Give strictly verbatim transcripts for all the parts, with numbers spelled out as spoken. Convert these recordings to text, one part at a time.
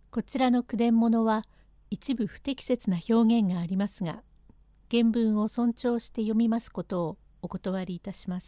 こちらの句伝物は一部不適切な表現がありますが、原文を尊重して読みますことをお断りいたします。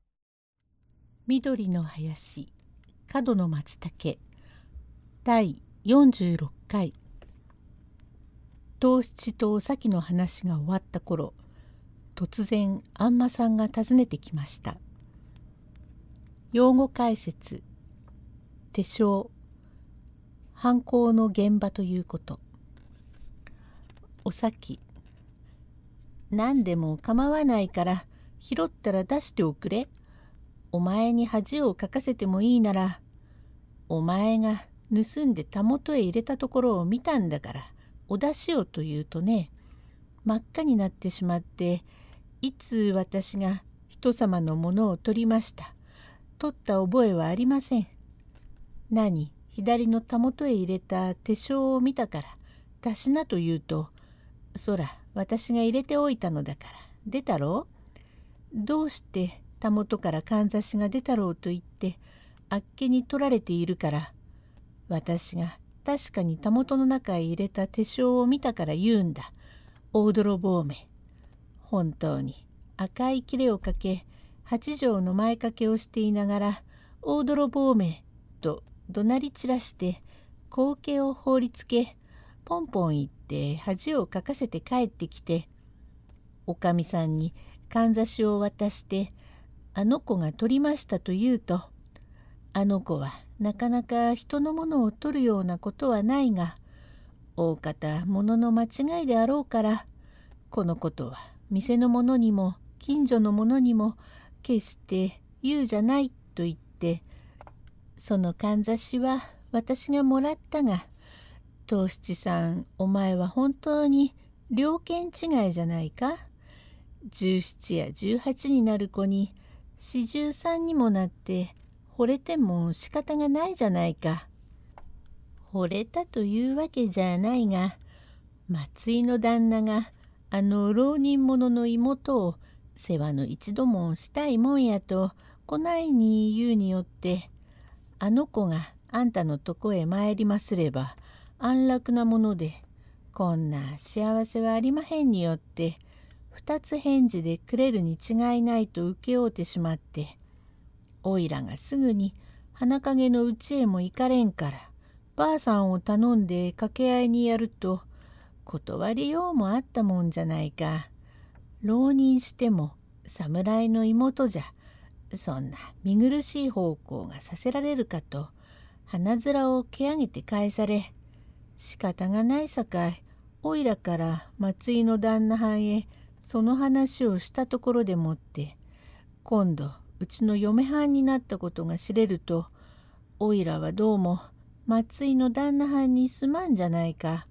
緑の林、角の松茸、だいよんじゅうろっかい。藤七とお咲の話が終わった頃、突然あんまさんが訪ねてきました。用語解説、手帳、犯行の現場ということ。お咲、何でも構わないから拾ったら出しておくれ。お前に恥をかかせてもいいなら、お前が盗んでたもとへ入れたところを見たんだからお出しよと言うとね、真っ赤になってしまって、いつ私が人様のものを取りました。取った覚えはありません。何、左のたもとへ入れた手帳を見たから出しなと言うと、そら私が入れておいたのだから出たろう。どうしてたもとからかんざしが出たろうと言ってあっけに取られているから、私が確かにたもとの中へ入れた手帳を見たから言うんだ。大泥棒め。本当に赤い切れをかけ八畳の前掛けをしていながら大泥棒めと怒鳴り散らして後家を放りつけ、ポンポン言って恥をかかせて帰ってきて、おかみさんにかんざしを渡してあの子が取りましたと言うと、あの子はなかなか人のものを取るようなことはないが、大方物の間違いであろうから、このことは店の者にも近所の者にも決して言うじゃないと言って、そのかんざしは私がもらったが、藤七さん、お前は本当に猟犬違いじゃないか。十七や十八になる子に四十三にもなって惚れても仕方がないじゃないか。惚れたというわけじゃないが、松井の旦那があの浪人者の妹を世話の一度もしたいもんやとこないに言うによって、あの子があんたのとこへ参りますれば安楽なもので、こんな幸せはありまへんによって二つ返事でくれるに違いないと請け負うてしまって、おいらがすぐに花陰のうちへも行かれんからばあさんを頼んで掛け合いにやると、断りようもあったもんじゃないか。浪人しても侍の妹じゃ、そんな見苦しい奉公がさせられるかと鼻面をけ上げて返され、仕方がないさかい、おいらから松井の旦那はんへその話をしたところでもって、今度うちの嫁はんになったことが知れると、おいらはどうも松井の旦那はんにすまんじゃないか。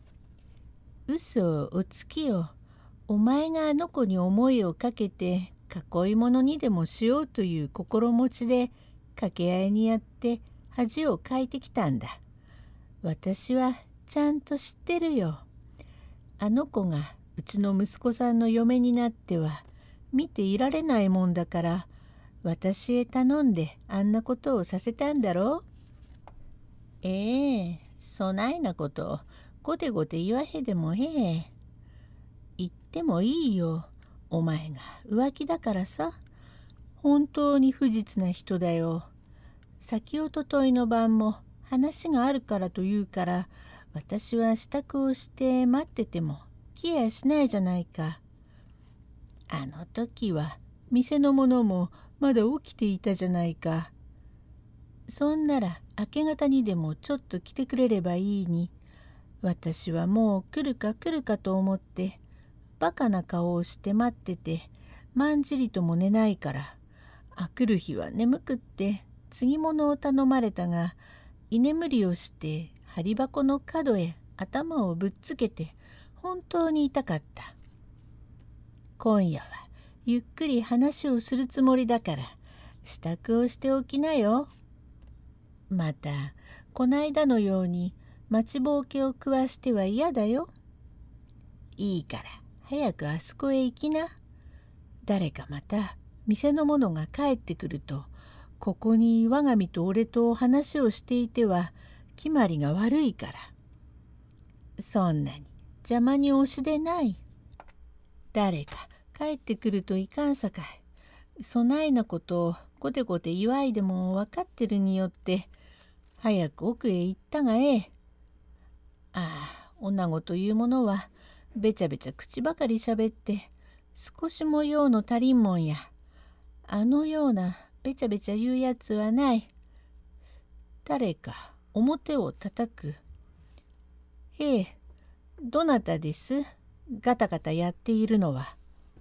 嘘おつきよ。お前があの子に思いをかけて囲い物にでもしようという心持ちで掛け合いにやって恥をかいてきたんだ。私はちゃんと知ってるよ。あの子がうちの息子さんの嫁になっては見ていられないもんだから、私へ頼んであんなことをさせたんだろう。ええ、そないなことごてごて言わへでもへえ。言ってもいいよ。お前が浮気だからさ。本当に不実な人だよ。先おとといの晩も話があるからと言うから、私は支度をして待ってても来やしないじゃないか。あの時は店の者もまだ起きていたじゃないか。そんなら明け方にでもちょっと来てくれればいいに。私はもう来るか来るかと思ってバカな顔をして待ってて、まんじりとも寝ないから、あくる日は眠くって継ぎ物を頼まれたが、居眠りをして針箱の角へ頭をぶっつけて本当に痛かった。今夜はゆっくり話をするつもりだから支度をしておきなよ。またこないだのように待ちぼうけを食わしては嫌だよ。いいから早くあそこへ行きな。誰かまた店の者が帰ってくると、ここに我が身と俺と話をしていては決まりが悪いから。そんなに邪魔に押しでない。誰か帰ってくるといかんさかい。そないなことをごてごて祝いでも分かってるによって早く奥へ行ったがええ。ああ、女子というものはべちゃべちゃ口ばかりしゃべって少しも用の足りんもんや。あのようなべちゃべちゃ言うやつはない。誰か表をたたく。へえ、どなたです？ガタガタやっているのは。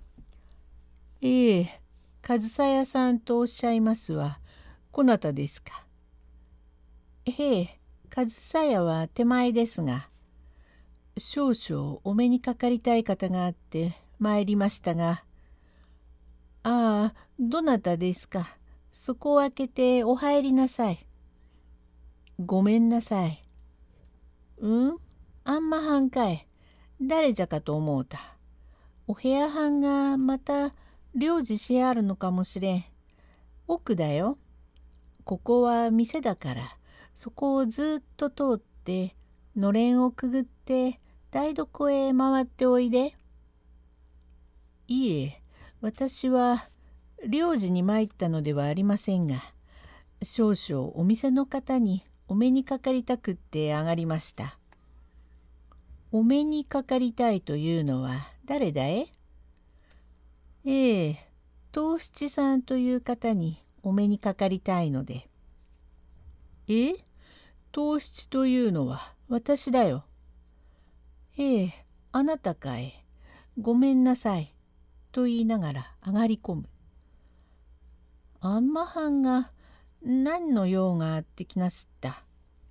ええ、上総屋さんとおっしゃいますわ。こなたですか。へえ、上総屋は手前ですが、少々お目にかかりたい方があって参りましたが。ああ、どなたですか。そこを開けてお入りなさい。ごめんなさい。うん？あんまはんかい。誰じゃかと思うた。お部屋はんがまた領事しあるのかもしれん。奥だよ。ここは店だから、そこをずっと通ってのれんをくぐって台所へ回っておいで。いいえ、私は領事に参ったのではありませんが、少々お店の方にお目にかかりたくって上がりました。お目にかかりたいというのは誰だえ？ええ、藤七さんという方にお目にかかりたいので。え？藤七というのは私だよ。ええ、あなたかい。ごめんなさい。と言いながら上がり込む。あんまはんが何の用があってきなすった。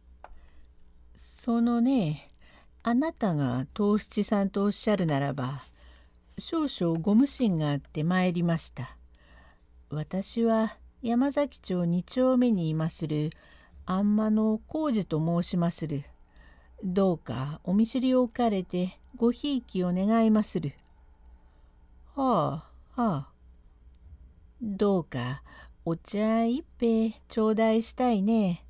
そのね、あなたが藤七さんとおっしゃるならば、少々ご無心があって参りました。私は山崎町二丁目にいまするあんまの浩二と申しまする。どうかお見知りを置かれてごひいきを願いまする。はあはあ。どうかお茶一杯頂戴したいね。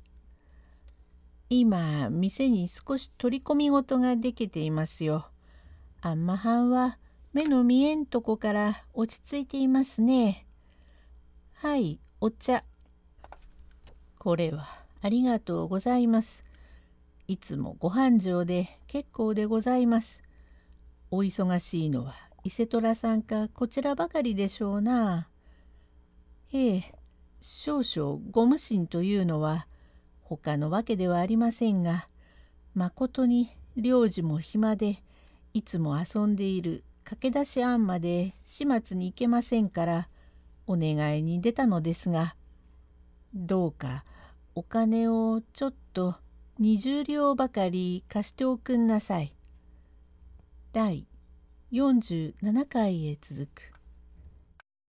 今店に少し取り込み事ができていますよ。あんまはんは目の見えんとこから落ち着いていますね。はい、お茶。これはありがとうございます。いつもご繁盛で結構でございます。お忙しいのは伊勢虎さんかこちらばかりでしょうな。ええ、少々ご無心というのは他のわけではありませんが、まことに領事も暇でいつも遊んでいる駆け出しあんまで始末に行けませんからお願いに出たのですが、どうかお金をちょっとにじゅう両ばかり貸しておくんなさい。だいよんじゅうななかいへ続く。